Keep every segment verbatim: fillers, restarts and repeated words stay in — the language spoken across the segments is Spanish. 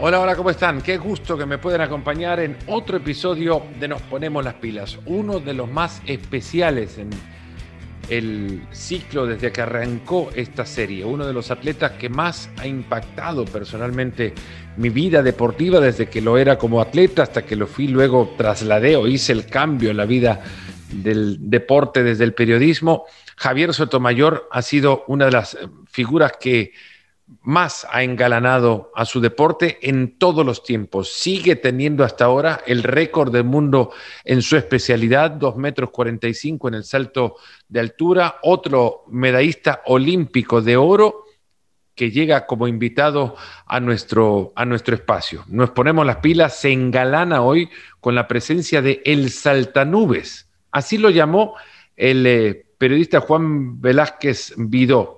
Hola, hola, ¿cómo están? Qué gusto que me puedan acompañar en otro episodio de Nos Ponemos las Pilas, uno de los más especiales en el ciclo desde que arrancó esta serie, uno de los atletas que más ha impactado personalmente mi vida deportiva desde que lo era como atleta hasta que lo fui, luego trasladé o hice el cambio en la vida del deporte desde el periodismo. Javier Sotomayor ha sido una de las figuras que más ha engalanado a su deporte en todos los tiempos. Sigue teniendo hasta ahora el récord del mundo en su especialidad, dos metros cuarenta y cinco en el salto de altura. Otro medallista olímpico de oro que llega como invitado a nuestro, a nuestro espacio. Nos ponemos las pilas, se engalana hoy con la presencia de El Saltanubes. Así lo llamó el eh, periodista Juan Velázquez Vidó.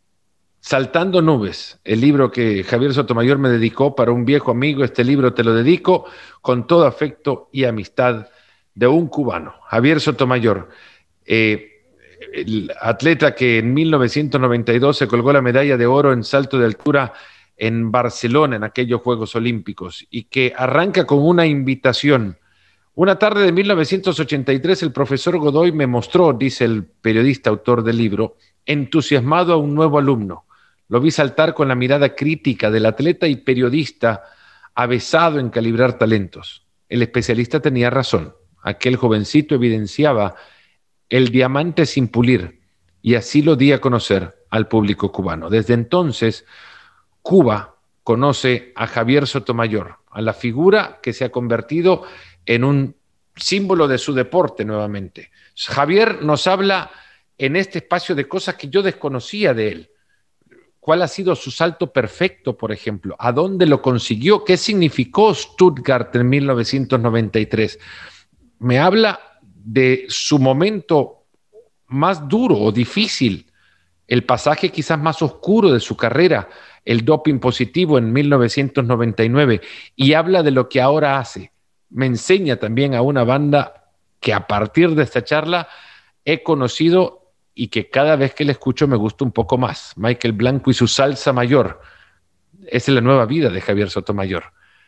Saltando Nubes, el libro que Javier Sotomayor me dedicó para un viejo amigo. Este libro te lo dedico con todo afecto y amistad de un cubano, Javier Sotomayor, eh, el atleta que en mil novecientos noventa y dos se colgó la medalla de oro en salto de altura en Barcelona, en aquellos Juegos Olímpicos, y que arranca con una invitación. Una tarde de mil novecientos ochenta y tres, el profesor Godoy me mostró, dice el periodista autor del libro, entusiasmado a un nuevo alumno. Lo vi saltar con la mirada crítica del atleta y periodista avesado en calibrar talentos. El especialista tenía razón. Aquel jovencito evidenciaba el diamante sin pulir y así lo di a conocer al público cubano. Desde entonces, Cuba conoce a Javier Sotomayor, a la figura que se ha convertido en un símbolo de su deporte nuevamente. Javier nos habla en este espacio de cosas que yo desconocía de él. ¿Cuál ha sido su salto perfecto, por ejemplo? ¿A dónde lo consiguió? ¿Qué significó Stuttgart en mil novecientos noventa y tres? Me habla de su momento más duro o difícil, el pasaje quizás más oscuro de su carrera, el doping positivo en mil novecientos noventa y nueve, y habla de lo que ahora hace. Me enseña también a una banda que a partir de esta charla he conocido y que cada vez que le escucho me gusta un poco más. Michael Blanco y su salsa mayor. Esa es la nueva vida de Javier Sotomayor.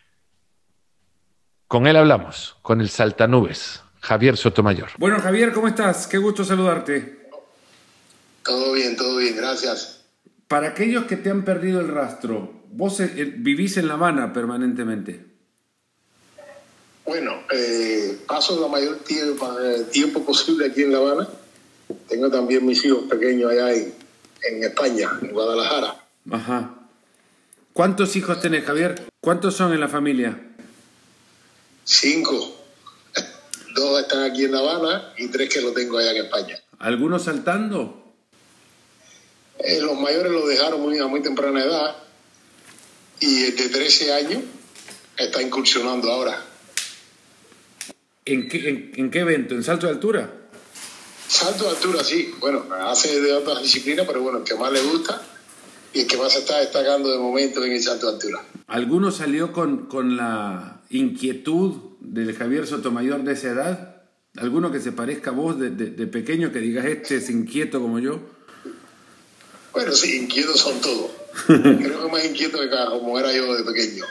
Con él hablamos, con el Saltanubes, Javier Sotomayor. Bueno, Javier, ¿cómo estás? Qué gusto saludarte. Todo bien, todo bien, gracias. Para aquellos que te han perdido el rastro, vos eh, vivís en La Habana permanentemente. Bueno, eh, paso la mayor tiempo, eh, tiempo posible aquí en La Habana. Tengo también mis hijos pequeños allá en, en España, en Guadalajara. Ajá. ¿Cuántos hijos tenés, Javier? ¿Cuántos son en la familia? Cinco. Dos están aquí en La Habana y tres que lo tengo allá en España. ¿Algunos saltando? Eh, los mayores los dejaron muy, a muy temprana edad y el de trece años está incursionando ahora. ¿En qué, en, en qué evento? ¿En salto de altura? Salto de altura, sí. Bueno, hace de otras disciplinas, pero bueno, el que más le gusta y el que más se está destacando de momento en el salto de altura. ¿Alguno salió con, con la inquietud del Javier Sotomayor de esa edad? ¿Alguno que se parezca a vos de, de, de pequeño que digas este es inquieto como yo? Bueno, sí, inquietos son todos. Creo que más inquieto que como era yo de pequeño.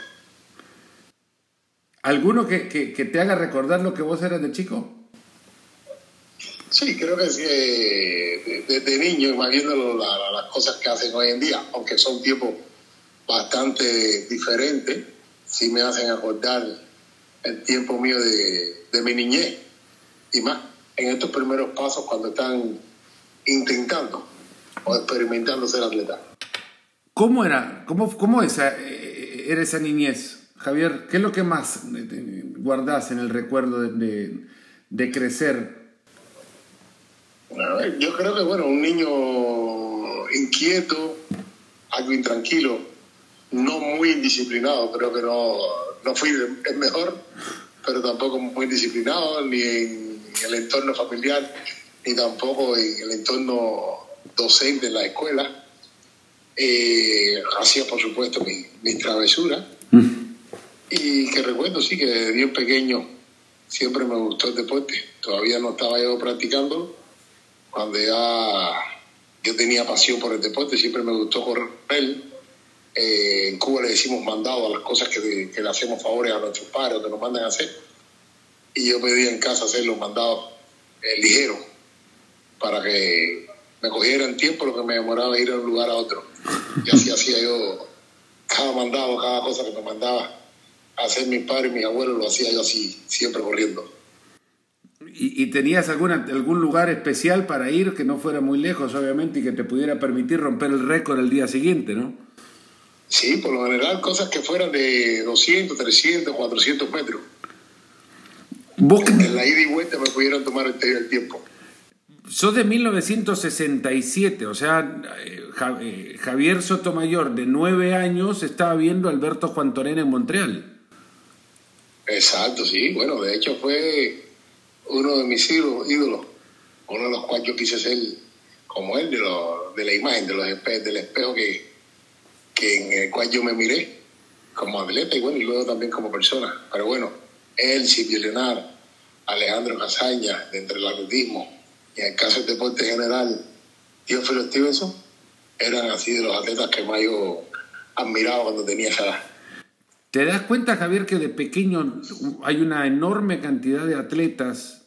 ¿Alguno que, que, que te haga recordar lo que vos eras de chico? Sí, creo que sí, eh, desde de niño, imaginando la, la, las cosas que hacen hoy en día, aunque son tiempos bastante diferentes, sí me hacen acordar el tiempo mío de, de mi niñez y más en estos primeros pasos cuando están intentando o experimentando ser atleta. ¿Cómo era? ¿Cómo, cómo esa, era esa niñez, Javier? ¿Qué es lo que más guardás en el recuerdo de, de, de crecer? Yo creo que, bueno, un niño inquieto, algo intranquilo, no muy indisciplinado, creo que no, no fui el mejor, pero tampoco muy disciplinado, ni en el entorno familiar, ni tampoco en el entorno docente en la escuela. Eh, hacía, por supuesto, mis mi travesuras. Mm. Y que recuerdo, sí, que de bien pequeño siempre me gustó el deporte. Todavía no estaba yo practicando. Cuando ya yo tenía pasión por el deporte, siempre me gustó correr Eh, en Cuba le decimos mandado a las cosas que, que le hacemos favores a nuestros padres o que nos mandan a hacer. Y yo pedí en casa hacer los mandados eh, ligeros para que me cogieran tiempo lo que me demoraba ir de un lugar a otro. Y así hacía yo cada mandado, cada cosa que me mandaba a hacer mis padres y mis abuelos, lo hacía yo así, siempre corriendo. ¿Y, y tenías alguna, algún lugar especial para ir que no fuera muy lejos, obviamente, y que te pudiera permitir romper el récord el día siguiente, no? Sí, por lo general cosas que fueran de doscientos, trescientos, cuatrocientos metros. ¿Vos que... En la ida y vuelta me pudieron tomar el, el tiempo. Sos de mil novecientos sesenta y siete, o sea, Javier Sotomayor, de nueve años, estaba viendo a Alberto Juantorena en Montreal. Exacto, sí. Bueno, de hecho fue uno de mis ídolos, ídolos uno de los cuales yo quise ser como él, de, lo, de la imagen, de los espe del espejo que, que en el cual yo me miré como atleta y bueno, y luego también como persona. Pero bueno, él, Silvio Leonard, Alejandro Casaña, de entre el atletismo, y en el caso del deporte general, Teófilo Stevenson, eran así de los atletas que más yo admiraba cuando tenía esa edad. ¿Te das cuenta, Javier, que de pequeño hay una enorme cantidad de atletas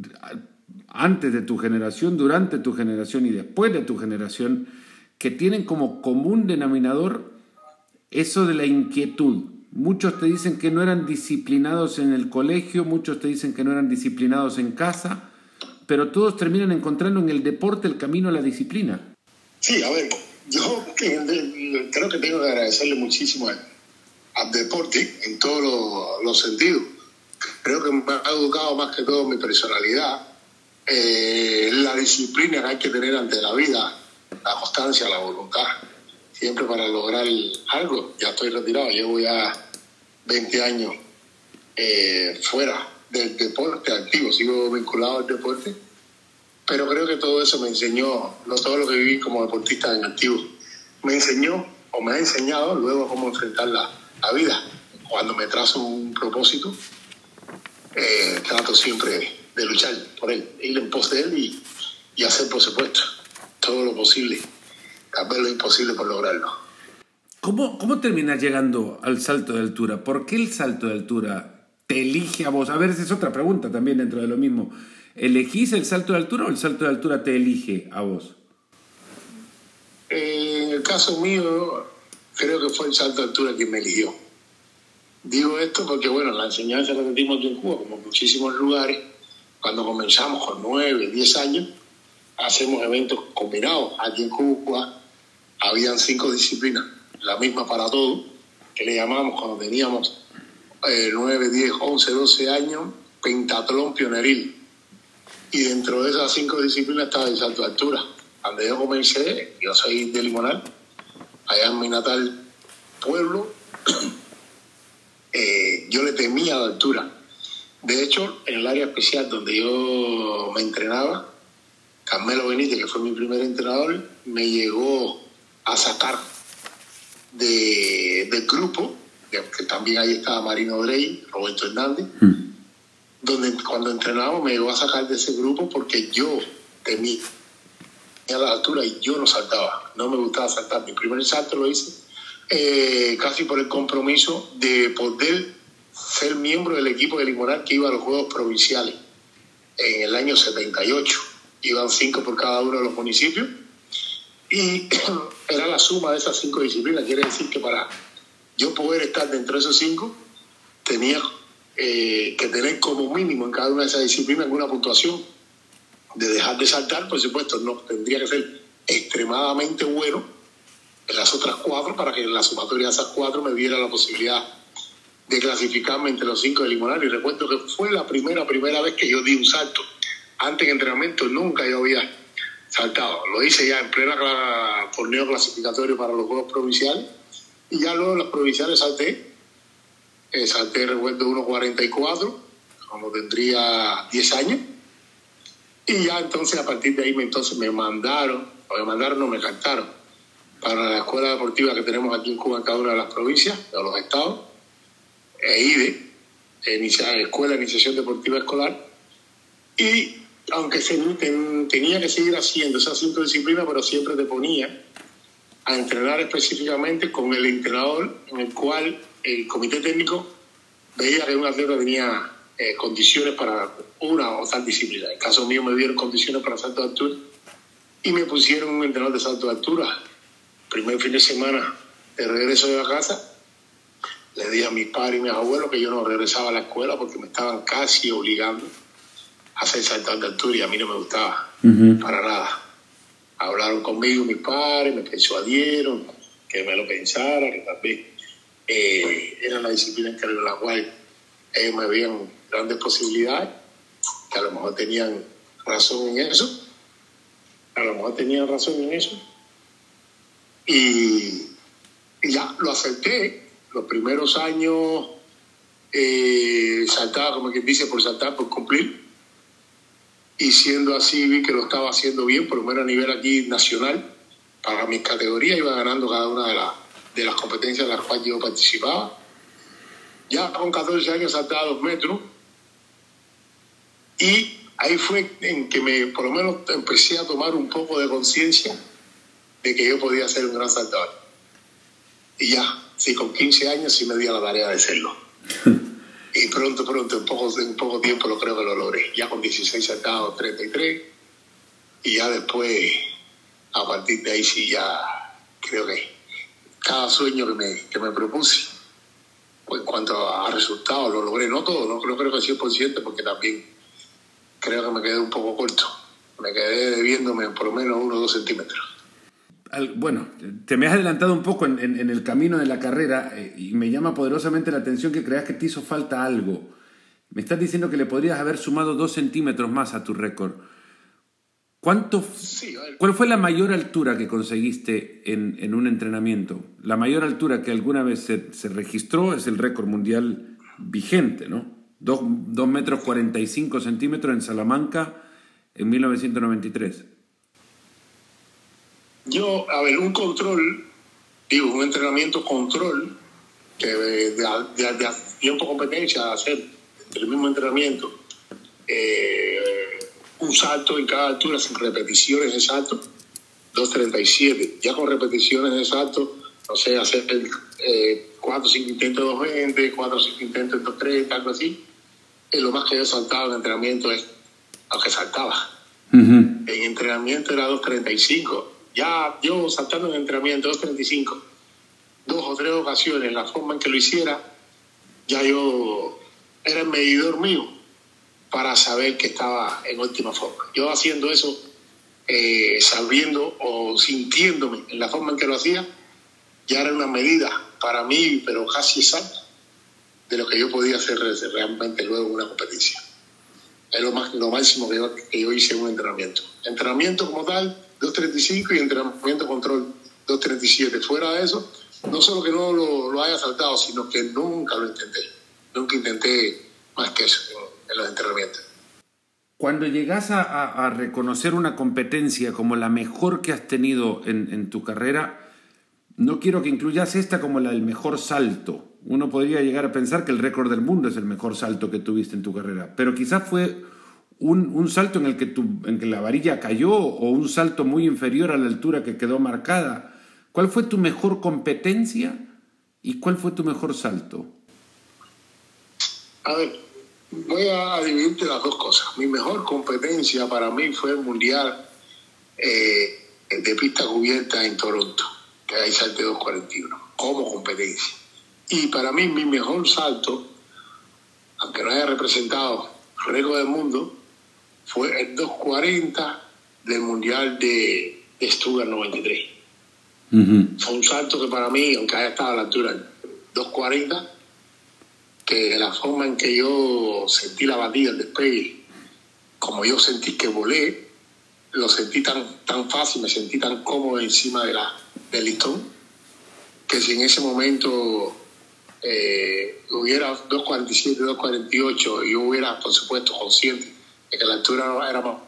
antes de tu generación, durante tu generación y después de tu generación que tienen como común denominador eso de la inquietud? Muchos te dicen que no eran disciplinados en el colegio, muchos te dicen que no eran disciplinados en casa, pero todos terminan encontrando en el deporte el camino a la disciplina. Sí, a ver, yo creo que tengo que agradecerle muchísimo al, al deporte en todos los, los sentidos. Creo que me ha educado más que todo mi personalidad, eh, la disciplina que hay que tener ante la vida, la constancia, la voluntad, siempre para lograr algo. Ya estoy retirado, llevo ya veinte años eh, fuera del deporte activo, sigo vinculado al deporte, pero creo que todo eso me enseñó, no todo lo que viví como deportista en activo, me enseñó o me ha enseñado luego cómo enfrentar la, la vida. Cuando me trazo un propósito, eh, trato siempre de, de luchar por él, ir en pos de él y, y hacer, por supuesto, todo lo posible, tal vez lo imposible por lograrlo. ¿Cómo, cómo terminas llegando al salto de altura? ¿Por qué el salto de altura te elige a vos? A ver, esa es otra pregunta también dentro de lo mismo. ¿Elegís el salto de altura o el salto de altura te elige a vos? Eh, en el caso mío, creo que fue el salto de altura quien me eligió. Digo esto porque, bueno, la enseñanza que dimos aquí en Cuba, como en muchísimos lugares, cuando comenzamos con nueve, diez años, hacemos eventos combinados. Aquí en Cuba habían cinco disciplinas, la misma para todos, que le llamamos cuando teníamos Eh, nueve, diez, once, doce años, pentatlón pioneril. Y dentro de esas cinco disciplinas estaba el salto de altura. Cuando yo comencé, yo soy de Limonal, allá en mi natal pueblo, eh, yo le temía la altura. De hecho, en el área especial donde yo me entrenaba, Carmelo Benítez, que fue mi primer entrenador, me llegó a sacar de, del grupo, que también ahí estaba Marino Drey, Roberto Hernández, mm. donde cuando entrenábamos me llegó a sacar de ese grupo porque yo temía a la altura y yo no saltaba, no me gustaba saltar. Mi primer salto lo hice eh, casi por el compromiso de poder ser miembro del equipo de Limonal que iba a los Juegos Provinciales en el año setenta y ocho. Iban cinco por cada uno de los municipios y era la suma de esas cinco disciplinas. Quiere decir que para yo poder estar dentro de esos cinco, tenía eh, que tener como mínimo en cada una de esas disciplinas alguna puntuación. De dejar de saltar, por supuesto, no tendría que ser extremadamente bueno en las otras cuatro para que en la sumatoria de esas cuatro me diera la posibilidad de clasificarme entre los cinco de Limonal. Y recuerdo que fue la primera, primera vez que yo di un salto. Antes en entrenamiento nunca yo había saltado. Lo hice ya en plena torneo clasificatorio para los Juegos Provinciales. Y ya luego en las provinciales salté, eh, salté recuerdo uno cuarenta y cuatro, cuando tendría diez años, y ya entonces a partir de ahí me, entonces me mandaron, o me mandaron, no me cantaron, para la escuela deportiva que tenemos aquí en Cuba en cada una de las provincias, de los estados, e I D E, Escuela de Iniciación Deportiva Escolar, y aunque se, ten, tenía que seguir haciendo esas cinco disciplinas, pero siempre te ponía a entrenar específicamente con el entrenador en el cual el comité técnico veía que un atleta tenía eh, condiciones para una o tal disciplina. En el caso mío me dieron condiciones para salto de altura y me pusieron un entrenador de salto de altura. Primer fin de semana de regreso de la casa, le dije a mis padres y mis abuelos que yo no regresaba a la escuela porque me estaban casi obligando a hacer salto de altura y a mí no me gustaba uh-huh. para nada. Hablaron conmigo mis padres, me persuadieron que me lo pensara, que también eh, era una disciplina en la cual ellos me veían grandes posibilidades, que a lo mejor tenían razón en eso, a lo mejor tenían razón en eso, y, y ya lo acepté. Los primeros años eh, saltaba, como quien dice, por saltar, por cumplir. Y siendo así, vi que lo estaba haciendo bien, por lo menos a nivel aquí nacional. Para mis categorías iba ganando cada una de, la, de las competencias en las cuales yo participaba. Ya con catorce años saltaba dos metros. Y ahí fue en que me, por lo menos empecé a tomar un poco de conciencia de que yo podía ser un gran saltador. Y ya, sí, con quince años sí me di a la tarea de serlo. Y pronto, pronto, en poco, en poco tiempo lo creo que lo logré. Ya con dieciséis saltados, treinta y tres. Y ya después, a partir de ahí sí ya creo que cada sueño que me, que me propuse, pues en cuanto a resultados, lo logré. No todo, no, no creo que cien por ciento, porque también creo que me quedé un poco corto. Me quedé debiéndome por lo menos uno o dos centímetros. Bueno, te me has adelantado un poco en, en, en el camino de la carrera eh, y me llama poderosamente la atención que creas que te hizo falta algo. Me estás diciendo que le podrías haber sumado dos centímetros más a tu récord. ¿Cuánto, sí, ¿Cuál fue la mayor altura que conseguiste en, en un entrenamiento? La mayor altura que alguna vez se, se registró es el récord mundial vigente, ¿no? Dos, dos metros cuarenta y cinco centímetros en Salamanca en mil novecientos noventa y tres. Yo, a ver, un control, digo, un entrenamiento control, que de, de, de, de tiempo competencia, de hacer el mismo entrenamiento, eh, un salto en cada altura sin repeticiones de salto, dos treinta y siete. Ya con repeticiones de salto, no sé, hacer eh, cuatro o cinco intentos de dos veinte, cuatro o cinco intentos de dos treinta, algo así. Es lo más que yo he saltado en entrenamiento, es lo que saltaba. Uh-huh. En entrenamiento era dos treinta y cinco. Ya yo saltando en entrenamiento dos treinta y cinco, dos o tres ocasiones, la forma en que lo hiciera, ya yo era el medidor mío para saber que estaba en óptima forma. Yo haciendo eso, eh, sabiendo o sintiéndome en la forma en que lo hacía, ya era una medida para mí, pero casi exacta, de lo que yo podía hacer realmente luego en una competencia. Es lo, más, lo máximo que yo, que yo hice en un entrenamiento. Entrenamiento como tal, dos treinta y cinco, y entrenamiento control dos treinta y siete. Fuera de eso, no solo que no lo, lo haya saltado, sino que nunca lo intenté. Nunca intenté más que eso en, en los entrenamientos. Cuando llegas a, a, a reconocer una competencia como la mejor que has tenido en, en tu carrera, no quiero que incluyas esta como la del mejor salto. Uno podría llegar a pensar que el récord del mundo es el mejor salto que tuviste en tu carrera, pero quizás fue un, un salto en el que, tu, en que la varilla cayó o un salto muy inferior a la altura que quedó marcada. ¿Cuál fue tu mejor competencia y cuál fue tu mejor salto? A ver, voy a dividirte las dos cosas. Mi mejor competencia para mí fue el Mundial eh, de pista cubierta en Toronto, que ahí salté dos cuarenta y uno como competencia. Y para mí mi mejor salto, aunque no haya representado el récord del mundo, fue el dos cuarenta del Mundial de, de Stuttgart noventa y tres. Uh-huh. Fue un salto que para mí, aunque haya estado a la altura del dos cuarenta, que la forma en que yo sentí la batida, el despegue, como yo sentí que volé, lo sentí tan, tan fácil, me sentí tan cómodo encima de la, del listón, que si en ese momento eh, hubiera dos cuarenta y siete, dos cuarenta y ocho, y yo hubiera, por supuesto, consciente de que la altura era más,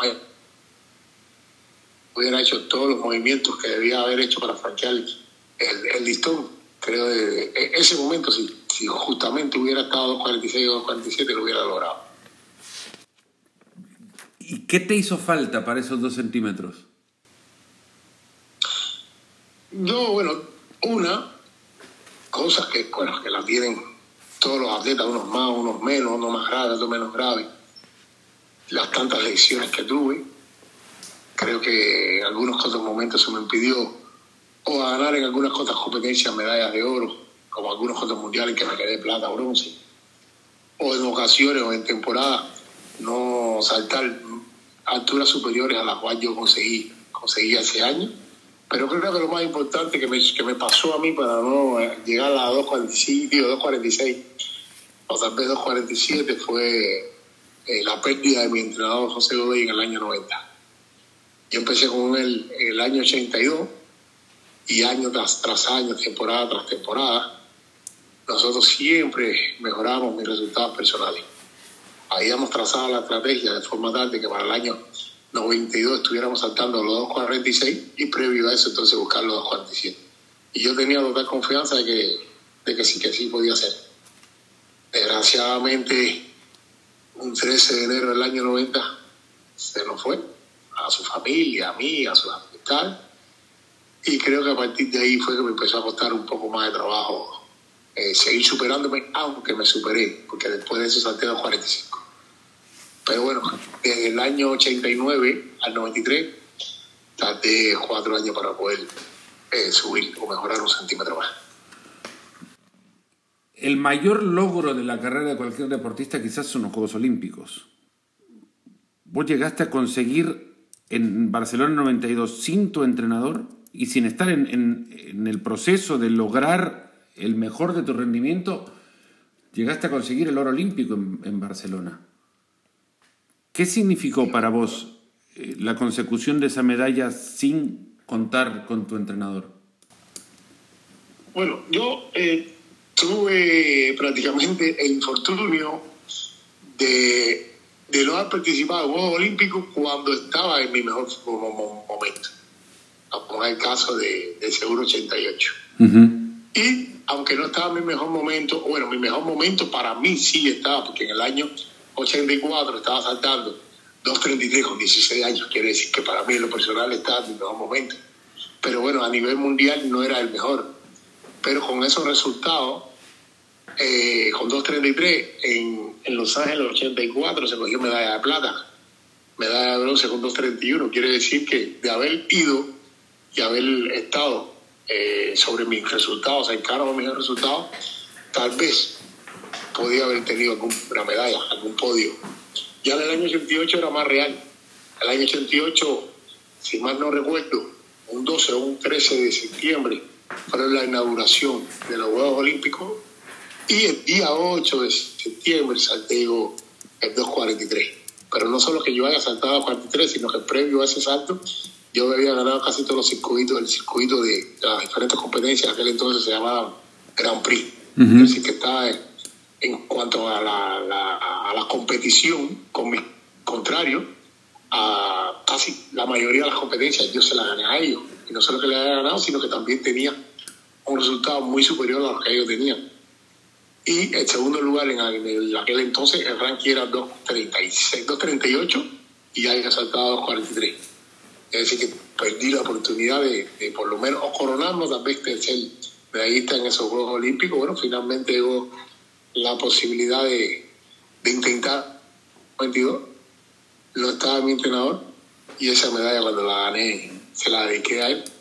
hubiera hecho todos los movimientos que debía haber hecho para franquear el, el listón, creo que en ese momento sí. Si justamente hubiera estado dos cuarenta y seis o dos cuarenta y siete, lo hubiera logrado. ¿Y qué te hizo falta para esos dos centímetros? No, bueno, una, cosas que, bueno, que la tienen todos los atletas, unos más, unos menos, unos más graves, otros menos graves. Las tantas lesiones que tuve, creo que en algunos otros momentos se me impidió o a ganar en algunas otras competencias medallas de oro, como algunos otros mundiales que me quedé plata o bronce, o en ocasiones o en temporadas no saltar alturas superiores a las cuales yo conseguí, conseguí hace años. Pero creo que lo más importante que me, que me pasó a mí para no llegar a las dos cuarenta y cinco, dos cuarenta y seis o tal vez dos cuarenta y siete fue eh, la pérdida de mi entrenador José Godoy en el año noventa. Yo empecé con él en el año ochenta y dos y año tras, tras año, temporada tras temporada, nosotros siempre mejorábamos mis resultados personales. Habíamos trazado la estrategia de forma tal de que para el año noventa y dos estuviéramos saltando los dos cuarenta y seis y previo a eso entonces buscar los dos cuarenta y siete. Y yo tenía total confianza de que, de que sí, que sí podía ser. Desgraciadamente, un trece de enero del año noventa se nos fue a su familia, a mí, a su amistad. Y creo que a partir de ahí fue que me empezó a costar un poco más de trabajo eh, seguir superándome, aunque me superé, porque después de eso salté a dos cuarenta y cinco. Pero bueno, desde el año ochenta y nueve al noventa y tres, tardé cuatro años para poder eh, subir o mejorar un centímetro más. El mayor logro de la carrera de cualquier deportista quizás son los Juegos Olímpicos. Vos llegaste a conseguir en Barcelona noventa y dos sin tu entrenador y sin estar en, en, en el proceso de lograr el mejor de tu rendimiento, llegaste a conseguir el oro olímpico en, en Barcelona. ¿Qué significó para vos eh, la consecución de esa medalla sin contar con tu entrenador? Bueno, yo eh, tuve prácticamente el infortunio de, de no haber participado en Juegos Olímpicos cuando estaba en mi mejor momento. Como es el caso de, de Seúl ochenta y ocho. Uh-huh. Y aunque no estaba en mi mejor momento, bueno, mi mejor momento para mí sí estaba, porque en el año ochenta y cuatro estaba saltando dos treinta y tres con dieciséis años, quiere decir que para mí en lo personal estaba en mi mejor momento. Pero bueno, a nivel mundial no era el mejor. Pero con esos resultados, eh, con dos treinta y tres en, en Los Ángeles ochenta y cuatro se cogió medalla de plata, medalla de bronce con dos treinta y uno. Quiere decir que de haber ido y haber estado eh, sobre mis resultados, cercano a mis resultados, tal vez podía haber tenido alguna medalla, algún podio. Ya en el año ochenta y ocho era más real. El año ochenta y ocho, si mal no recuerdo, un doce o un trece de septiembre fue la inauguración de los Juegos Olímpicos y el día ocho de septiembre salté yo el dos cuarenta y tres. Pero no solo que yo haya saltado a cuarenta y tres, sino que previo a ese salto yo había ganado casi todos los circuitos, el circuito de, de las diferentes competencias. En aquel entonces se llamaba Grand Prix. Uh-huh. Es decir, que estaba en, en cuanto a la, la, a la competición con mis contrarios, a casi la mayoría de las competencias yo se las gané a ellos. Y no solo que le había ganado, sino que también tenía un resultado muy superior a los que ellos tenían. Y el segundo lugar en, el, en aquel entonces, el ranking era dos treinta y seis, dos treinta y ocho y ya había saltado a dos cuarenta y tres. Es decir, que perdí la oportunidad de, de por lo menos o coronarnos, tal vez de ser medallista en esos Juegos Olímpicos. Bueno, finalmente llegó la posibilidad de, de intentar noventa y dos. Lo estaba mi entrenador y esa medalla cuando la gané se la dediqué a él.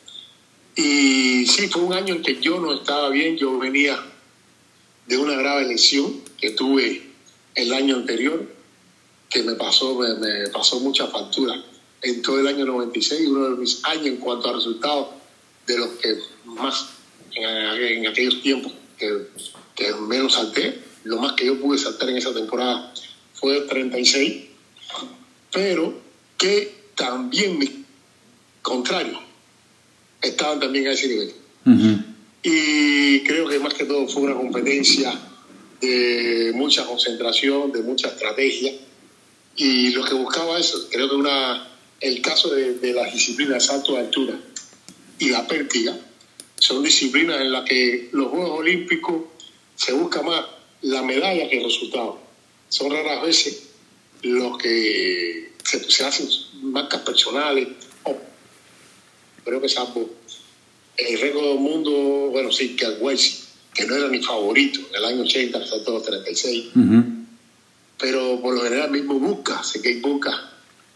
Y sí, fue un año en que yo no estaba bien. Yo venía de una grave lesión que tuve el año anterior, que me pasó, me, me pasó mucha factura en todo el año noventa y seis, uno de mis años en cuanto a resultados de los que más en, en aquellos tiempos que, que menos salté. Lo más que yo pude saltar en esa temporada fue treinta y seis, pero que también mis contrarios estaban también a ese nivel. Uh-huh. Y creo que más que todo fue una competencia de mucha concentración, de mucha estrategia, y lo que buscaba eso, creo que una el caso de, de las disciplinas de salto de altura y la pértiga son disciplinas en las que los Juegos Olímpicos se busca más la medalla que el resultado. Son raras veces los que se, se hacen marcas personales, o creo que salvo El récord del mundo, bueno, sí, que Welsi, que no era ni favorito, en el año ochenta, que saltó los treinta y seis. Uh-huh. Pero por lo general mismo Busca, sé que Busca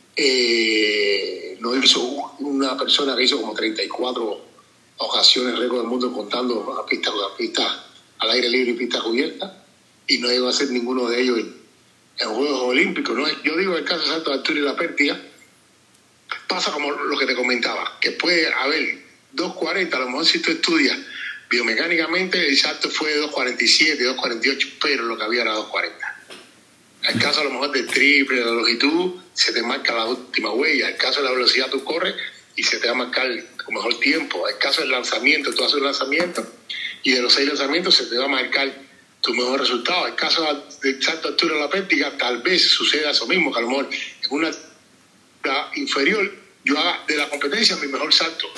eh, no hizo una persona que hizo como treinta y cuatro ocasiones récord del mundo contando a pistas pista al aire libre y pistas cubiertas, y no llegó a hacer ninguno de ellos en, en Juegos Olímpicos, ¿no? Yo digo, en el caso de salto de altura y la pértiga, pasa como lo que te comentaba, que puede haber dos cuarenta, a lo mejor si tú estudias biomecánicamente el salto fue de dos cuarenta y siete, dos cuarenta y ocho, pero lo que había era dos cuarenta. El caso a lo mejor del triple, de la longitud, se te marca la última huella. El caso de la velocidad, tú corres y se te va a marcar tu mejor tiempo. El caso del lanzamiento, tú haces un lanzamiento y de los seis lanzamientos se te va a marcar tu mejor resultado. El caso del salto de altura a la pértiga, tal vez suceda eso mismo, que a lo mejor en una altura inferior yo haga de la competencia mi mejor salto.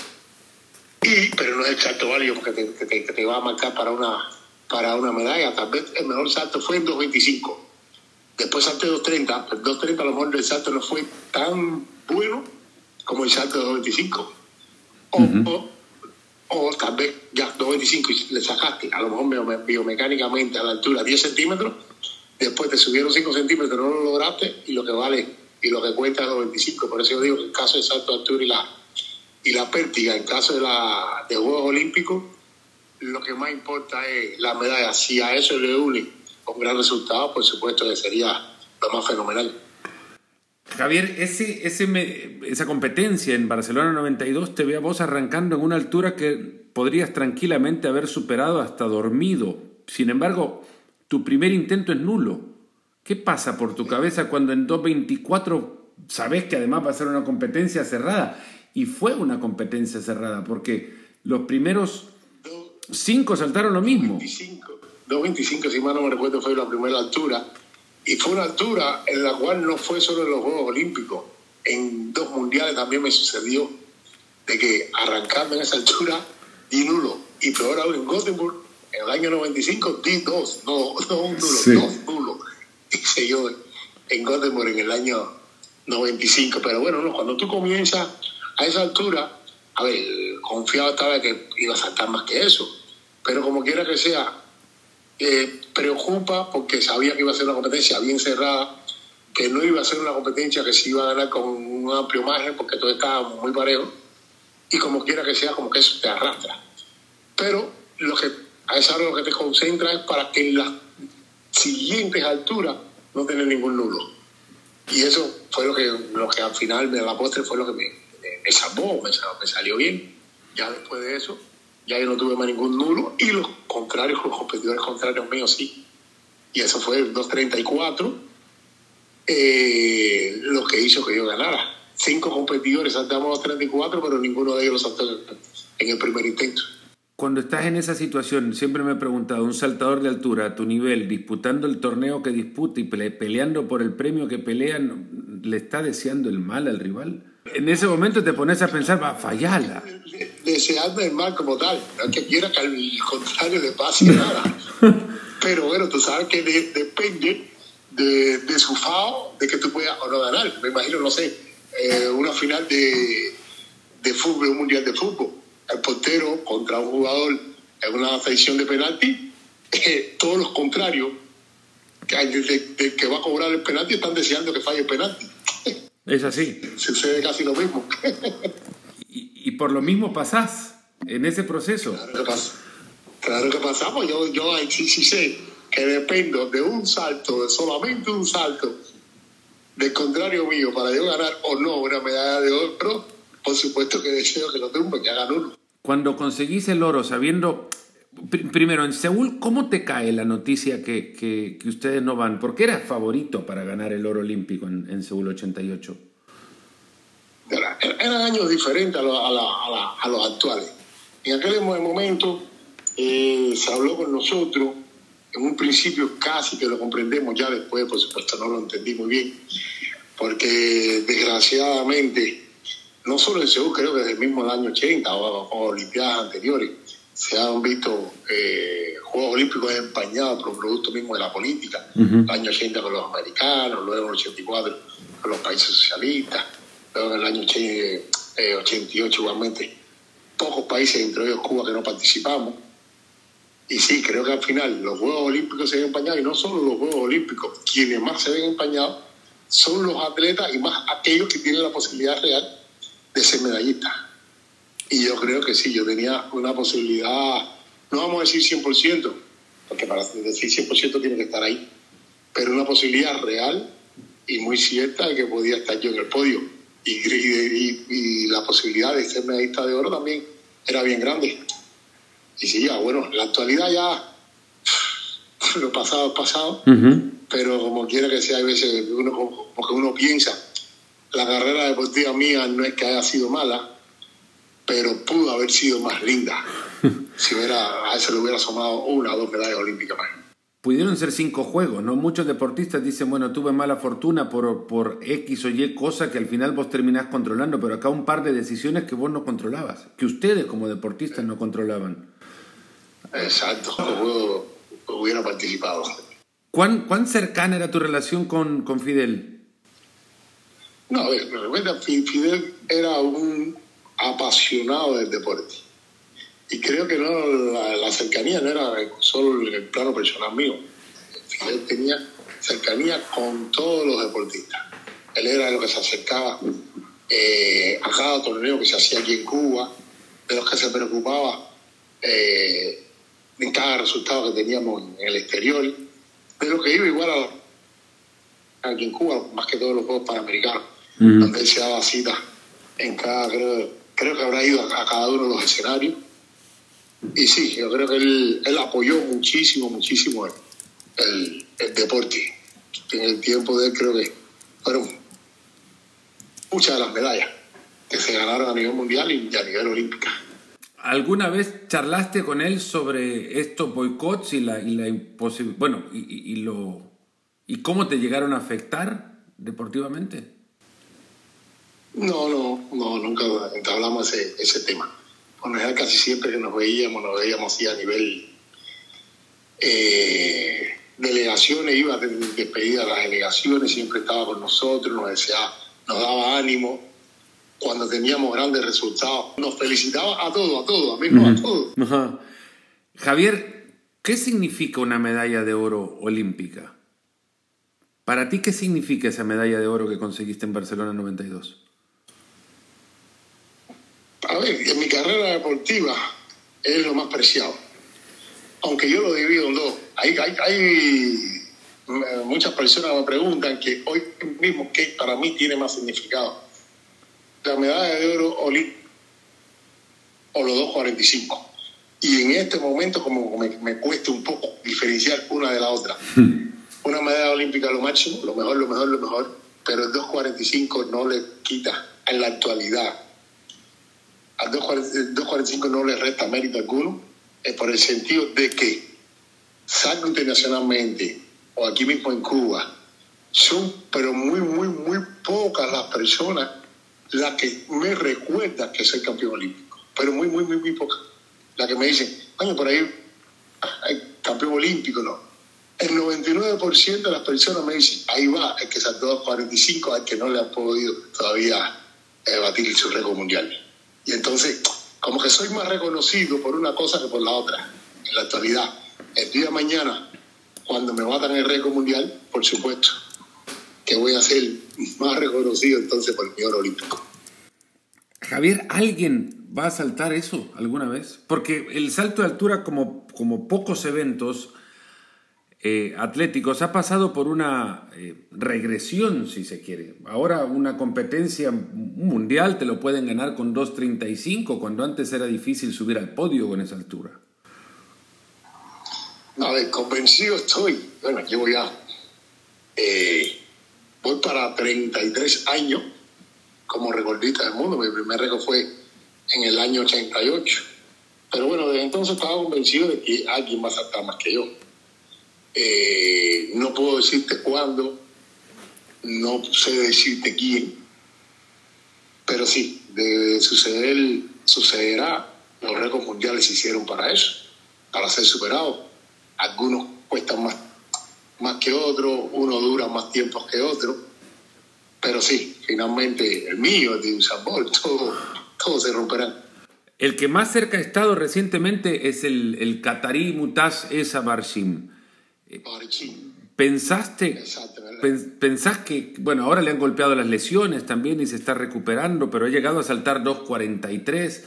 Y, pero no es el salto válido porque te, te, te, te va a marcar para una, para una medalla. Tal vez el mejor salto fue en dos veinticinco. Después salté dos treinta, pero dos treinta a lo mejor el salto no fue tan bueno como el salto de dos veinticinco. O, uh-huh. o, o tal vez ya dos veinticinco y le sacaste, a lo mejor biomecánicamente a la altura diez centímetros, después te subieron cinco centímetros, no lo lograste y lo que vale y lo que cuenta es dos veinticinco. Por eso yo digo que en el caso del salto de altura y la, y la pértiga, en caso de, la, de Juegos Olímpicos, lo que más importa es la medalla. Si a eso le une un gran resultado, por supuesto que sería lo más fenomenal. Javier, ese, ese me, esa competencia en Barcelona noventa y dos te ve a vos arrancando en una altura que podrías tranquilamente haber superado hasta dormido. Sin embargo, tu primer intento es nulo. ¿Qué pasa por tu cabeza cuando en dos veinticuatro sabes que además va a ser una competencia cerrada? Y fue una competencia cerrada porque los primeros cinco saltaron lo mismo. dos veinticinco, si mal no me recuerdo, fue la primera altura. Y fue una altura en la cual no fue solo en los Juegos Olímpicos. En dos mundiales también me sucedió de que arrancando en esa altura di nulo. Y peor aún en Gothenburg, en el año noventa y cinco, di dos, no, no un nulo, sí. dos nulos. Hice yo en Gothenburg en el año noventa y cinco. Pero bueno, no, cuando tú comienzas a esa altura, a ver, confiado estaba de que iba a saltar más que eso. Pero como quiera que sea, Eh, preocupa porque sabía que iba a ser una competencia bien cerrada, que no iba a ser una competencia que se iba a ganar con un amplio margen porque todo estaba muy parejo, y como quiera que sea, como que eso te arrastra. Pero lo que a esa hora lo que te concentra es para que en las siguientes alturas no tener ningún nulo. Y eso fue lo que, lo que al final, de la postre, fue lo que me, me, me salvó, me, me salió bien. Ya después de eso, ya yo no tuve más ningún nulo, y los contrarios, los competidores contrarios míos sí. Y eso fue el dos treinta y cuatro, eh, lo que hizo que yo ganara. Cinco competidores saltamos dos treinta y cuatro, pero ninguno de ellos lo saltó en el primer intento. Cuando estás en esa situación, siempre me he preguntado, un saltador de altura a tu nivel, disputando el torneo que disputa y pele- peleando por el premio que pelean, ¿le está deseando el mal al rival? En ese momento te pones a pensar, va, fallala. Deseando el mal como tal, no es que quiera que al contrario le pase nada. Pero bueno, tú sabes que de, depende de, de su fao, de que tú puedas o no ganar. Me imagino, no sé, eh, una final de, de fútbol, un mundial de fútbol. El portero contra un jugador en una sección de penalti, eh, todos los contrarios, que, de, de, de, que va a cobrar el penalti, están deseando que falle el penalti. Es así. Sucede casi lo mismo. y, y por lo mismo pasás en ese proceso. Claro que, pasa. claro que pasamos. Yo, yo sí, sí sé que dependo de un salto, de solamente un salto del contrario mío para yo ganar o no una medalla de oro. Por supuesto que deseo que lo tumbe, que hagan uno. Cuando conseguís el oro, sabiendo... Pr- primero, en Seúl, ¿cómo te cae la noticia que, que, que ustedes no van? Porque eras favorito para ganar el oro olímpico en, en Seúl ochenta y ocho. Era, eran años diferentes a, lo, a, la, a, la, a los actuales. En aquel momento eh, se habló con nosotros. En un principio casi que lo comprendemos, ya después, por supuesto, no lo entendí muy bien. Porque, desgraciadamente, no solo en Seúl, creo que desde el mismo año ochenta o, o Olimpiadas anteriores, se han visto eh, Juegos Olímpicos empañados por un producto mismo de la política. Uh-huh. El año ochenta con los americanos, luego en el ochenta y cuatro con los países socialistas, luego en el año ochenta y ocho igualmente, poco pocos países, entre ellos Cuba, que no participamos. Y sí, creo que al final los Juegos Olímpicos se ven empañados, y no solo los Juegos Olímpicos, quienes más se ven empañados son los atletas y más aquellos que tienen la posibilidad real de ser medallistas. Y yo creo que sí, yo tenía una posibilidad, no vamos a decir cien por ciento, porque para decir cien por ciento tiene que estar ahí, pero una posibilidad real y muy cierta de que podía estar yo en el podio. Y, y, y la posibilidad de ser medallista de oro también era bien grande. Y sí, ya, bueno, en la actualidad ya lo pasado es pasado, uh-huh. Pero como quiera que sea, hay veces uno, como que uno piensa, la carrera deportiva mía no es que haya sido mala, pero pudo haber sido más linda si hubiera, a eso le hubiera sumado una o dos medallas olímpicas más. Pudieron ser cinco juegos, ¿no? Muchos deportistas dicen, bueno, tuve mala fortuna por, por X o Y cosa que al final vos terminás controlando, pero acá un par de decisiones que vos no controlabas, que ustedes como deportistas no controlaban. Exacto, como hubiera participado. ¿Cuán, ¿Cuán cercana era tu relación con, con Fidel? No, a ver, Fidel era un apasionado del deporte. Y creo que no la, la cercanía no era solo en el plano personal mío. Fidel tenía cercanía con todos los deportistas. Él era de los que se acercaba eh, a cada torneo que se hacía aquí en Cuba, de los que se preocupaba eh, en cada resultado que teníamos en el exterior, de los que iba igual a, aquí en Cuba, más que todos los Juegos Panamericanos, uh-huh. Donde él se daba cita en cada, creo, creo que habrá ido a, a cada uno de los escenarios. Y sí, yo creo que él, él apoyó muchísimo, muchísimo el, el, el deporte. En el tiempo de él creo que fueron muchas de las medallas que se ganaron a nivel mundial y a nivel olímpico. ¿Alguna vez charlaste con él sobre estos boicots y la, y la imposibilidad, bueno, y, y, y, lo, y cómo te llegaron a afectar deportivamente? No, no, no, nunca entablamos ese, ese tema. Bueno, casi siempre que nos veíamos, nos veíamos así a nivel eh, delegaciones, iba a despedir a las delegaciones, siempre estaba con nosotros, nos deseaba, nos daba ánimo. Cuando teníamos grandes resultados, nos felicitaba a todos, a todos, a mí no, uh-huh. a todos. Uh-huh. Javier, ¿qué significa una medalla de oro olímpica? Para ti, ¿qué significa esa medalla de oro que conseguiste en Barcelona noventa y dos? A ver, en mi carrera deportiva es lo más preciado. Aunque yo lo divido en dos. Hay, hay, hay muchas personas me preguntan que hoy mismo qué para mí tiene más significado. La medalla de oro olímpica o los dos cuarenta y cinco. Y en este momento como me, me cuesta un poco diferenciar una de la otra. Hmm. Una medalla olímpica lo máximo, lo mejor, lo mejor, lo mejor, pero el dos cuarenta y cinco no le quita en la actualidad. Al dos cuarenta y cinco no le resta mérito alguno, es por el sentido de que, salvo internacionalmente o aquí mismo en Cuba, son pero muy, muy, muy pocas las personas las que me recuerdan que soy campeón olímpico, pero muy, muy, muy, muy pocas. Las que me dicen, coño, por ahí hay campeón olímpico, no. El noventa y nueve por ciento de las personas me dicen, ahí va, el que saltó dos cuarenta y cinco, al que no le han podido todavía eh, batir su récord mundial. Y entonces, como que soy más reconocido por una cosa que por la otra, en la actualidad. El día de mañana, cuando me batan el récord mundial, por supuesto, que voy a ser más reconocido entonces por mi oro olímpico. Javier, ¿alguien va a saltar eso alguna vez? Porque el salto de altura, como, como pocos eventos eh, atléticos, ha pasado por una eh, regresión, si se quiere. Ahora una competencia mundial te lo pueden ganar con dos treinta y cinco, cuando antes era difícil subir al podio con esa altura. A ver, convencido estoy. Bueno, llevo ya... Eh, voy para treinta y tres años como recordista del mundo. Mi primer récord fue en el año ochenta y ocho. Pero bueno, desde entonces estaba convencido de que alguien va a saltar más que yo. Eh, no puedo decirte cuándo, no sé decirte quién, pero sí, de suceder, sucederá. Los récords mundiales se hicieron para eso, para ser superados. Algunos cuestan más, más que otros, unos duran más tiempo que otros, pero sí, finalmente el mío, el de Usain Bolt, todo, todo se romperá. El que más cerca ha estado recientemente es el, el catarí Mutaz Esa Barshim. Barshim. ¿Pensaste, pensás que, bueno, ahora le han golpeado las lesiones también y se está recuperando, pero ha llegado a saltar dos cuarenta y tres?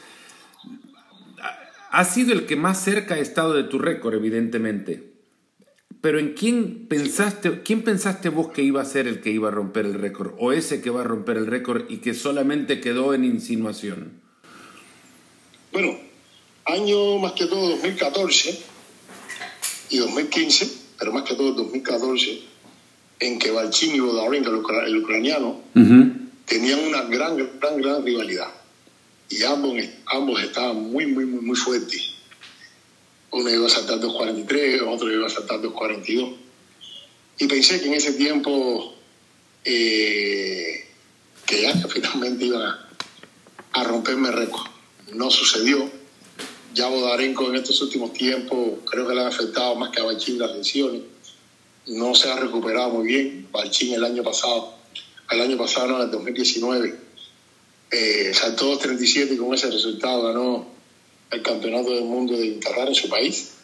Ha sido el que más cerca ha estado de tu récord, evidentemente. Pero ¿en quién pensaste, quién pensaste vos que iba a ser el que iba a romper el récord? ¿O ese que va a romper el récord y que solamente quedó en insinuación? Bueno, año más que todo dos mil catorce y dos mil quince, pero más que todo dos mil catorce, en que Balchin y Bodarenko, el, ucra- el ucraniano, uh-huh. tenían una gran, gran, gran rivalidad. Y ambos, ambos estaban muy, muy, muy, muy fuertes. Uno iba a saltar dos cuarenta y tres, otro iba a saltar dos cuarenta y dos. Y pensé que en ese tiempo, eh, que ya que finalmente iban a, a romperme el récord. No sucedió. Ya Bodarenko en estos últimos tiempos creo que le han afectado más que a Balchin las lesiones. No se ha recuperado muy bien. Balchin el año pasado, el año pasado no, en el dos mil diecinueve, eh, saltó dos treinta y siete y con ese resultado ganó el campeonato del mundo de Interrar en su país.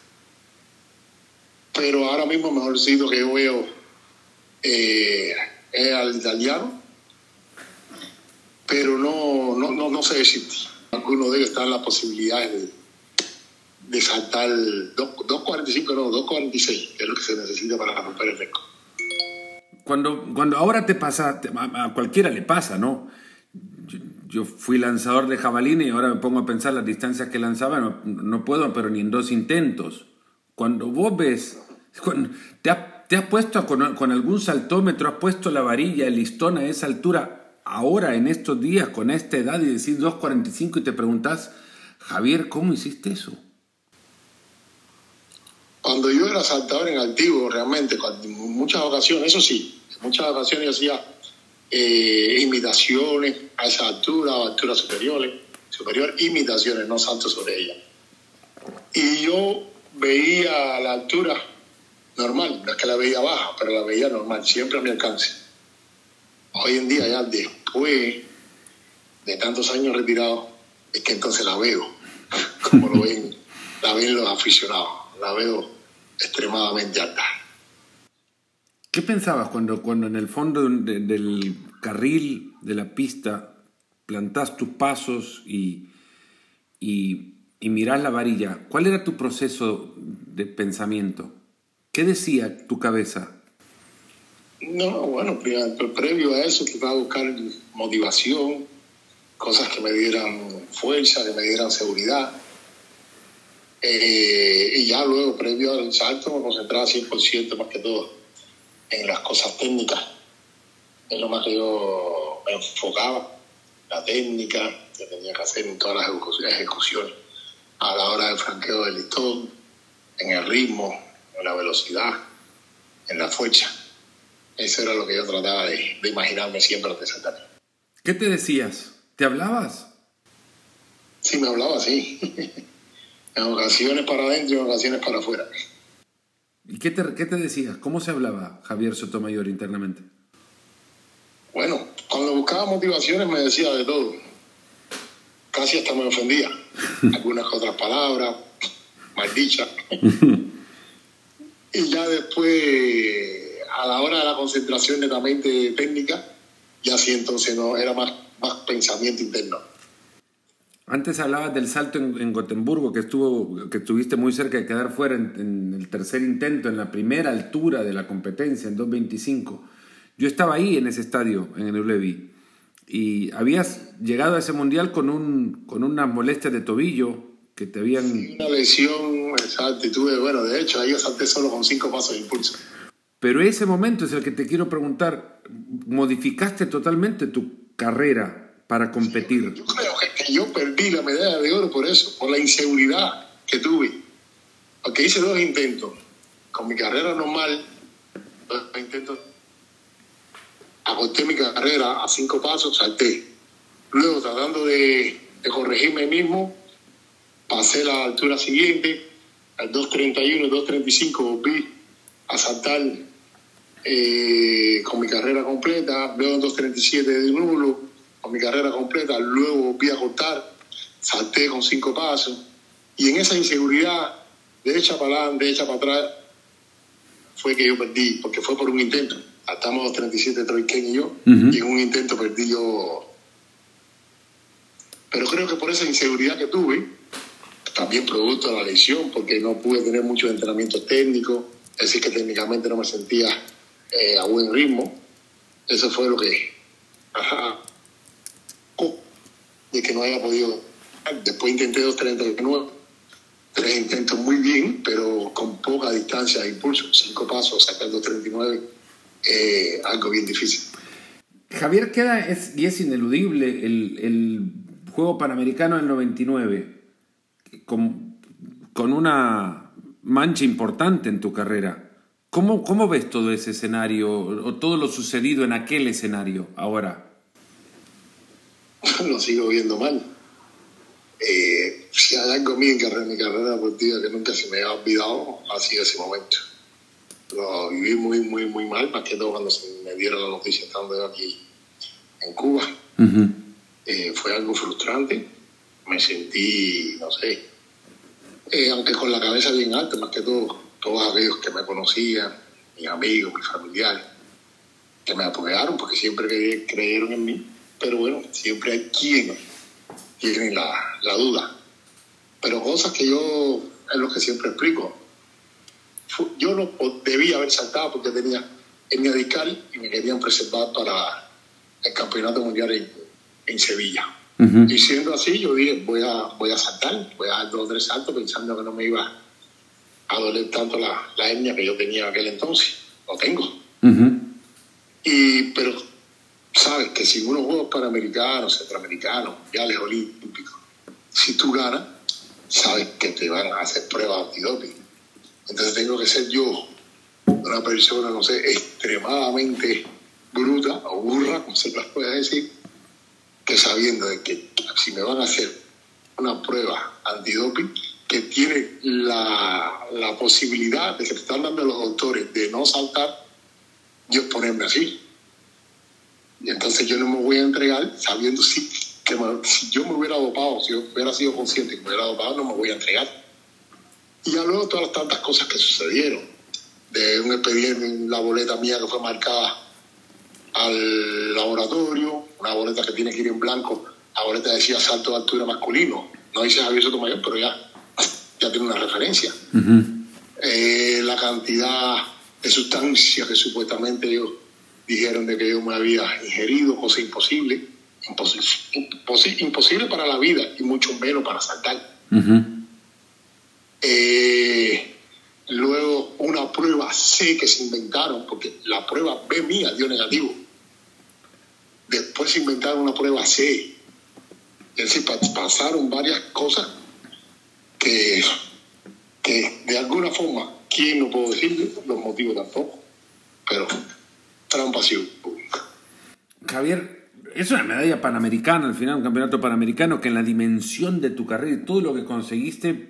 Pero ahora mismo el mejorcito que yo veo eh, es al italiano, pero no, no, no, no sé decirte. Algunos de ellos están en las posibilidades de, de saltar dos cuarenta y cinco, no, dos cuarenta y seis, que es lo que se necesita para romper el récord. Cuando, cuando ahora te pasa, a, a cualquiera le pasa, ¿no? Yo, yo fui lanzador de jabalina y ahora me pongo a pensar las distancias que lanzaba, no, no puedo, pero ni en dos intentos. Cuando vos ves, cuando te, ha, te has puesto con, con algún saltómetro, has puesto la varilla, el listón a esa altura, ahora en estos días, con esta edad, y decís dos cuarenta y cinco y te preguntás, Javier, ¿cómo hiciste eso? Cuando yo era saltador en activo, realmente, en muchas ocasiones, eso sí, en muchas ocasiones yo hacía eh, imitaciones a esa altura, a alturas superiores, superior, imitaciones, no salto sobre ella. Y yo veía la altura normal, no es que la veía baja, pero la veía normal, siempre a mi alcance. Hoy en día, ya después de tantos años retirados, es que entonces la veo, como lo ven, la ven los aficionados, la veo extremadamente alta. ¿Qué pensabas cuando, cuando en el fondo de, del carril de la pista plantás tus pasos y, y, y mirás la varilla? ¿Cuál era tu proceso de pensamiento? ¿Qué decía tu cabeza? No, bueno, previo a eso trataba de buscar motivación, cosas que me dieran fuerza, que me dieran seguridad. Eh, y ya luego, previo al salto, me concentraba cien por ciento más que todo en las cosas técnicas. Es lo más que yo me enfocaba, la técnica que tenía que hacer en todas las ejecuciones, a la hora del franqueo del listón, en el ritmo, en la velocidad, en la fuerza. Eso era lo que yo trataba de, de imaginarme siempre antes de saltar. ¿Qué te decías? ¿Te hablabas? Sí, me hablaba, sí. En ocasiones para adentro y en ocasiones para afuera. ¿Y qué te, qué te decías? ¿Cómo se hablaba Javier Sotomayor internamente? Bueno, cuando buscaba motivaciones me decía de todo. Casi hasta me ofendía. Algunas otras palabras, maldichas. Y ya después, a la hora de la concentración netamente técnica, ya sí entonces no era más, más pensamiento interno. Antes hablabas del salto en, en Gotemburgo, que estuvo, que estuviste muy cerca de quedar fuera en, en el tercer intento, en la primera altura de la competencia, en dos veinticinco. Yo estaba ahí en ese estadio, en el Ullevi, y habías llegado a ese mundial con, un, con unas molestias de tobillo que te habían... Sí, una lesión, exacto, y tuve, bueno, de hecho, ahí yo salté solo con cinco pasos de impulso. Pero ese momento es el que te quiero preguntar, ¿modificaste totalmente tu carrera para competir? Yo creo que, que yo perdí la medalla de oro por eso, por la inseguridad que tuve. Porque hice dos intentos. Con mi carrera normal, dos intentos, acorté mi carrera a cinco pasos, salté. Luego, tratando de, de corregirme mismo, pasé la altura siguiente, al dos treinta y uno, dos treinta y cinco, volví a saltar eh, con mi carrera completa, luego en dos treinta y siete de nulo, con mi carrera completa, luego volví a cortar, salté con cinco pasos, y en esa inseguridad, de hecha para adelante, de hecha para atrás, fue que yo perdí, porque fue por un intento. Saltamos los treinta y siete, Troy Ken y yo, uh-huh. y en un intento perdí yo. Pero creo que por esa inseguridad que tuve, también producto de la lesión, porque no pude tener muchos entrenamientos técnicos, es decir, que técnicamente no me sentía eh, a buen ritmo. Eso fue lo que... Ajá. De que no haya podido... Después intenté dos treinta y nueve, tres intentos muy bien, pero con poca distancia de impulso, cinco pasos, sacar dos treinta y nueve, eh, algo bien difícil. Javier, queda, es, y es ineludible, el, el Juego Panamericano del noventa y nueve, con, con una mancha importante en tu carrera. ¿Cómo, cómo ves todo ese escenario, o todo lo sucedido en aquel escenario ahora? Lo sigo viendo mal. Eh, si hay algo mío en, carrera, en mi carrera deportiva que nunca se me ha olvidado, ha sido ese momento. Lo viví muy, muy, muy mal, más que todo cuando se me dieron la noticia estando yo aquí en Cuba. Uh-huh. Eh, fue algo frustrante. Me sentí, no sé, eh, aunque con la cabeza bien alta, más que todo, todos aquellos que me conocían, mis amigos, mis familiares, que me apoyaron porque siempre creyeron en mí. Pero bueno, siempre hay quienes tienen la, la duda. Pero cosas que yo, es lo que siempre explico. Yo no debía haber saltado porque tenía hernia discal y me querían preservar para el campeonato mundial en, en Sevilla. Uh-huh. Y siendo así, yo dije, voy a, voy a saltar, voy a dar dos o tres saltos pensando que no me iba a doler tanto la, la hernia que yo tenía en aquel entonces. Lo tengo. Uh-huh. Y, pero sabes que si unos Juegos Panamericanos, Centroamericanos, Mundiales Olímpicos, si tú ganas, sabes que te van a hacer pruebas antidoping. Entonces tengo que ser yo una persona, no sé, extremadamente bruta o burra, como se las puede decir, que sabiendo de que si me van a hacer una prueba antidoping, que tiene la, la posibilidad de que te están dando los doctores de no saltar, yo ponerme así. Y entonces yo no me voy a entregar sabiendo si, que me, si yo me hubiera dopado, si yo hubiera sido consciente que me hubiera dopado, no me voy a entregar. Y ya luego todas las tantas cosas que sucedieron, de un expediente en la boleta mía que fue marcada al laboratorio, una boleta que tiene que ir en blanco, la boleta decía salto de altura masculino, no dice Javier Sotomayor, pero ya, ya tiene una referencia. Uh-huh. Eh, la cantidad de sustancias que supuestamente ellos dijeron de que yo me había ingerido, cosa imposible, imposible, imposible, imposible para la vida y mucho menos para saltar. Uh-huh. Eh, luego una prueba C que se inventaron, porque la prueba B mía dio negativo. Después se inventaron una prueba C. Es decir, pasaron varias cosas que, que de alguna forma, ¿quién no puedo decirle? Los motivos tampoco. Pero trampa sí. Javier, es una medalla panamericana, al final un campeonato panamericano que en la dimensión de tu carrera y todo lo que conseguiste,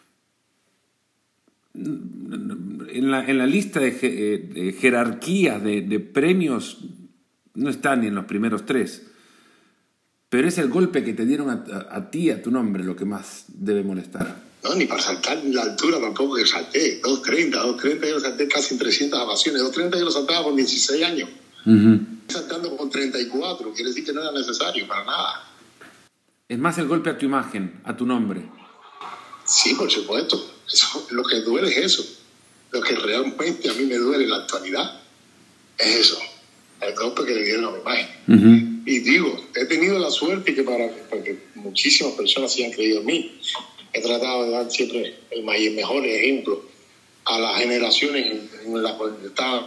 en la, en la lista de, de jerarquías de, de premios no está ni en los primeros tres, pero es el golpe que te dieron a, a, a ti, a tu nombre, lo que más debe molestar. No, ni para saltar la altura tampoco que salté, dos treinta, dos treinta yo salté casi en trescientas ocasiones, dos treinta yo lo saltaba con dieciséis años, uh-huh. saltando con treinta y cuatro, quiere decir que no era necesario para nada. Es más el golpe a tu imagen, a tu nombre. Sí, por supuesto. Eso, lo que duele es eso. Lo que realmente a mí me duele en la actualidad es eso, el golpe que le dieron a mi imagen. Uh-huh. Y digo, he tenido la suerte que para porque muchísimas personas sí han creído en mí. He tratado de dar siempre el, el mejor ejemplo a las generaciones en, en las que estaba.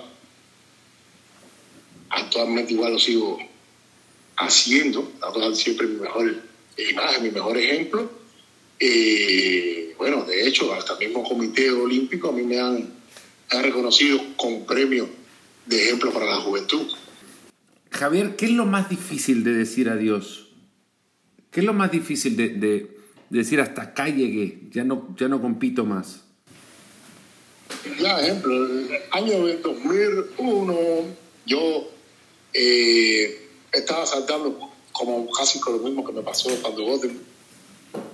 Actualmente igual lo sigo haciendo, trato de dar siempre mi mejor imagen, mi mejor ejemplo. Eh, bueno, de hecho, hasta el mismo Comité Olímpico a mí me han, han reconocido con premios de ejemplo para la juventud. Javier, ¿qué es lo más difícil de decir adiós? ¿Qué es lo más difícil de, de, de decir hasta acá llegué, ya no, ya no compito más? Ya, ejemplo, el año dos mil uno yo eh, estaba saltando como casi con lo mismo que me pasó cuando Gotham.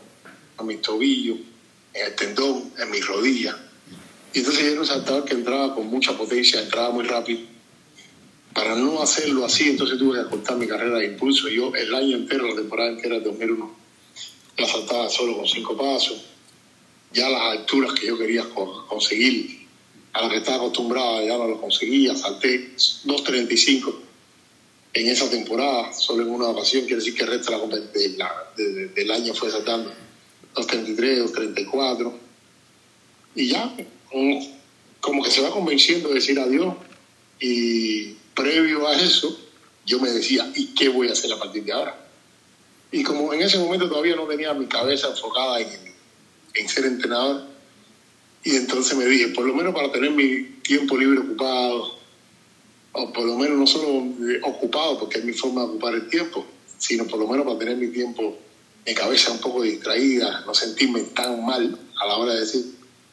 en mis tobillos, en el tendón, en mis rodillas. Y entonces yo era un saltador que entraba con mucha potencia, entraba muy rápido. Para no hacerlo así, entonces tuve que acortar mi carrera de impulso. Yo el año entero, la temporada entera de dos mil uno, la saltaba solo con cinco pasos. Ya las alturas que yo quería conseguir, a las que estaba acostumbrada, ya no lo conseguía. Salté dos treinta y cinco en esa temporada, solo en una ocasión. Quiere decir que el resto de la, de, de, del año fue saltando dos treinta y tres, dos treinta y cuatro. Y ya, como que se va convenciendo de decir adiós. Y previo a eso, yo me decía, ¿y qué voy a hacer a partir de ahora? Y como en ese momento todavía no tenía mi cabeza enfocada en, en ser entrenador, y entonces me dije, por lo menos para tener mi tiempo libre ocupado, o por lo menos no solo ocupado, porque es mi forma de ocupar el tiempo, sino por lo menos para tener mi tiempo, mi cabeza un poco distraída, no sentirme tan mal a la hora de decir.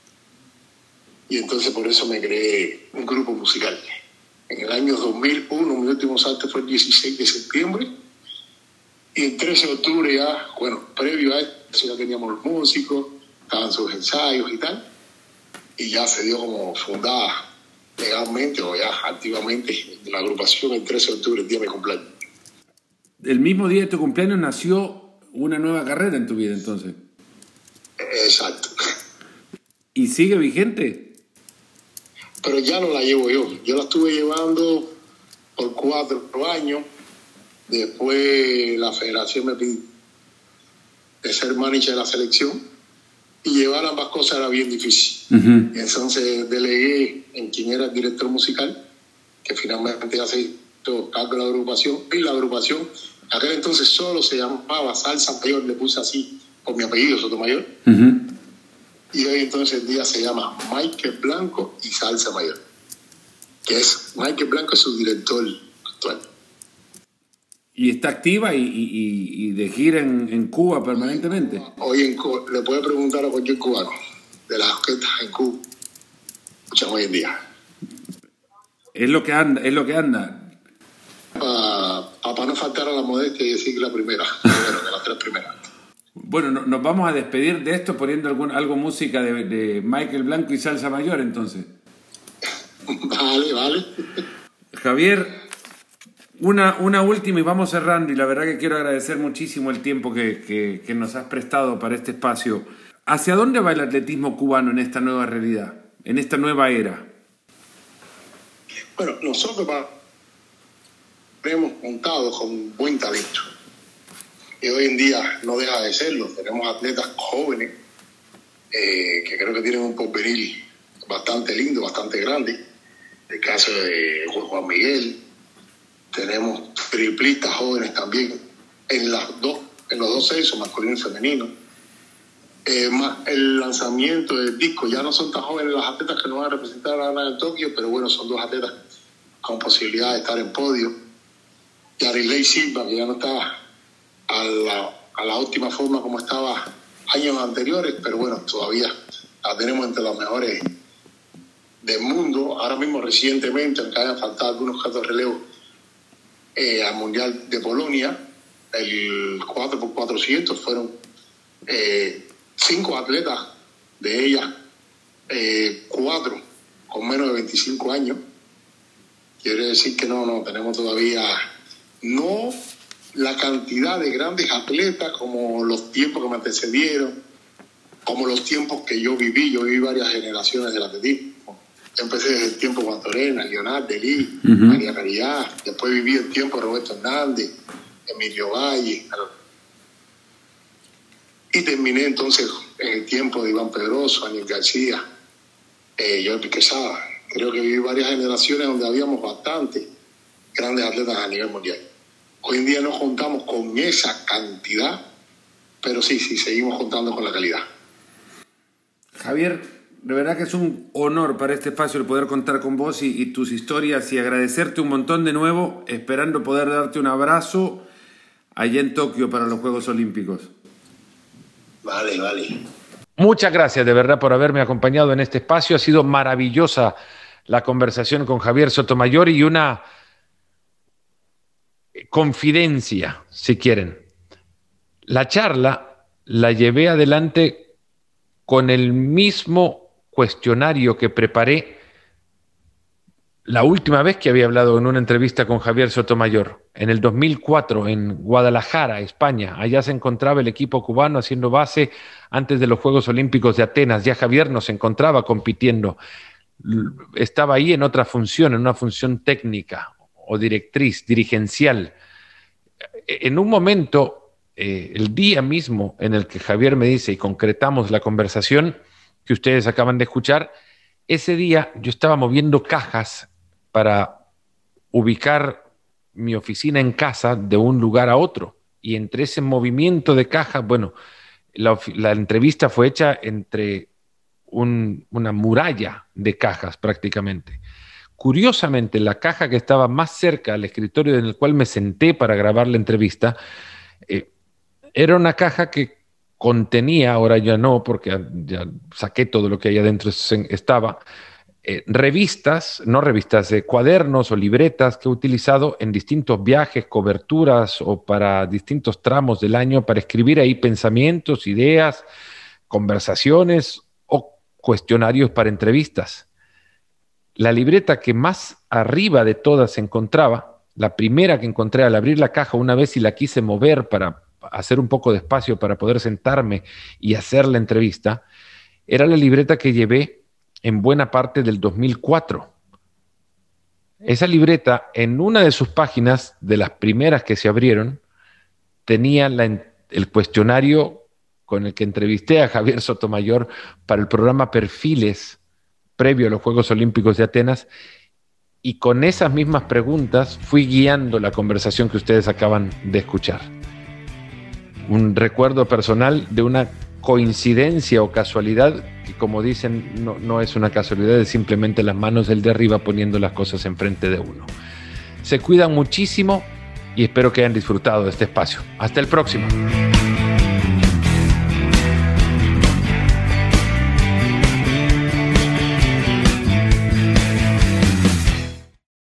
Y entonces por eso me creé un grupo musical. En el año dos mil uno, mi último salto fue el dieciséis de septiembre, y el trece de octubre ya, bueno, previo a eso ya teníamos los músicos, estaban sus ensayos y tal, y ya se dio como fundada legalmente o ya activamente la agrupación el trece de octubre, el día de mi cumpleaños. El mismo día de tu cumpleaños nació una nueva carrera en tu vida, entonces. Exacto. ¿Y sigue vigente? Pero ya no la llevo yo. Yo la estuve llevando por cuatro años. Después la federación me pidió de ser manager de la selección, y llevar ambas cosas era bien difícil. Uh-huh. Entonces delegué en quien era el director musical, que finalmente ya se hizo cargo de la agrupación. Y la agrupación, aquel entonces solo se llamaba Salsa Mayor, le puse así por mi apellido, Sotomayor. Uh-huh. Y hoy entonces el día se llama Michael Blanco y Salsa Mayor, que es, Michael Blanco es su director actual. ¿Y está activa y, y, y de gira en, en Cuba permanentemente? Hoy en Cuba, le puede preguntar a cualquier cubano de las orquestas en Cuba, escuchan hoy en día. Es lo que anda, es lo que anda. Para pa no faltar a la modestia y decir la primera, primero, de las tres primeras. Bueno, no, nos vamos a despedir de esto poniendo algún, algo música de, de Michael Blanco y Salsa Mayor, entonces. Vale, vale. Javier, una, una última y vamos cerrando, y la verdad que quiero agradecer muchísimo el tiempo que, que, que nos has prestado para este espacio. ¿Hacia dónde va el atletismo cubano en esta nueva realidad, en esta nueva era? Bueno, nosotros hemos contado con buen talento. Y hoy en día no deja de serlo. Tenemos atletas jóvenes eh, que creo que tienen un porvenir bastante lindo, bastante grande. El caso de Juan Miguel. Tenemos triplistas jóvenes también en, las dos, en los dos sexos, masculino y femenino. Eh, más el lanzamiento del disco. Ya no son tan jóvenes las atletas que nos van a representar ahora en Tokio, pero bueno, son dos atletas con posibilidad de estar en podio. Yarilei Silva, que ya no está a la, a la última forma como estaba años anteriores, pero bueno, todavía la tenemos entre las mejores del mundo. Ahora mismo, recientemente, aunque hayan faltado algunos casos de relevo eh, al Mundial de Polonia, el cuatro por cuatrocientos fueron eh, cinco atletas, de ellas eh, cuatro con menos de veinticinco años. Quiere decir que no, no, tenemos todavía no la cantidad de grandes atletas como los tiempos que me antecedieron, como los tiempos que yo viví. Yo viví varias generaciones del atletismo. Yo empecé desde el tiempo Juan Torena, Leonardo Delí, uh-huh. María Caridad. Después viví el tiempo de Roberto Hernández, Emilio Valle. Y terminé entonces en el tiempo de Iván Pedroso, Daniel García, eh, Joel Piquesada. Creo que viví varias generaciones donde habíamos bastante grandes atletas a nivel mundial. Hoy en día no contamos con esa cantidad, pero sí, sí, seguimos contando con la calidad. Javier, de verdad que es un honor para este espacio el poder contar con vos y, y tus historias, y agradecerte un montón de nuevo, esperando poder darte un abrazo allá en Tokio para los Juegos Olímpicos. Vale, vale. Muchas gracias de verdad por haberme acompañado en este espacio. Ha sido maravillosa la conversación con Javier Sotomayor y una confidencia, si quieren. La charla la llevé adelante con el mismo cuestionario que preparé la última vez que había hablado en una entrevista con Javier Sotomayor, en el dos mil cuatro, en Guadalajara, España. Allá se encontraba el equipo cubano haciendo base antes de los Juegos Olímpicos de Atenas. Ya Javier no se encontraba compitiendo. Estaba ahí en otra función, en una función técnica o directriz, dirigencial. En un momento, eh, el día mismo en el que Javier me dice y concretamos la conversación que ustedes acaban de escuchar, ese día yo estaba moviendo cajas para ubicar mi oficina en casa de un lugar a otro. Y entre ese movimiento de cajas, bueno, la, la entrevista fue hecha entre un, una muralla de cajas prácticamente. Curiosamente, la caja que estaba más cerca al escritorio en el cual me senté para grabar la entrevista, eh, era una caja que contenía, ahora ya no, porque ya saqué todo lo que ahí adentro estaba, Eh, revistas, no revistas, eh, cuadernos o libretas que he utilizado en distintos viajes, coberturas o para distintos tramos del año para escribir ahí pensamientos, ideas, conversaciones o cuestionarios para entrevistas. La libreta que más arriba de todas se encontraba, la primera que encontré al abrir la caja una vez y la quise mover para hacer un poco de espacio para poder sentarme y hacer la entrevista, era la libreta que llevé en buena parte del dos mil cuatro. Esa libreta, en una de sus páginas, de las primeras que se abrieron, tenía la, el cuestionario con el que entrevisté a Javier Sotomayor para el programa Perfiles, previo a los Juegos Olímpicos de Atenas, y con esas mismas preguntas fui guiando la conversación que ustedes acaban de escuchar. Un recuerdo personal de una coincidencia o casualidad que, como dicen, no, no es una casualidad, es simplemente las manos del de arriba poniendo las cosas enfrente de uno. Se cuidan muchísimo y espero que hayan disfrutado de este espacio. Hasta el próximo.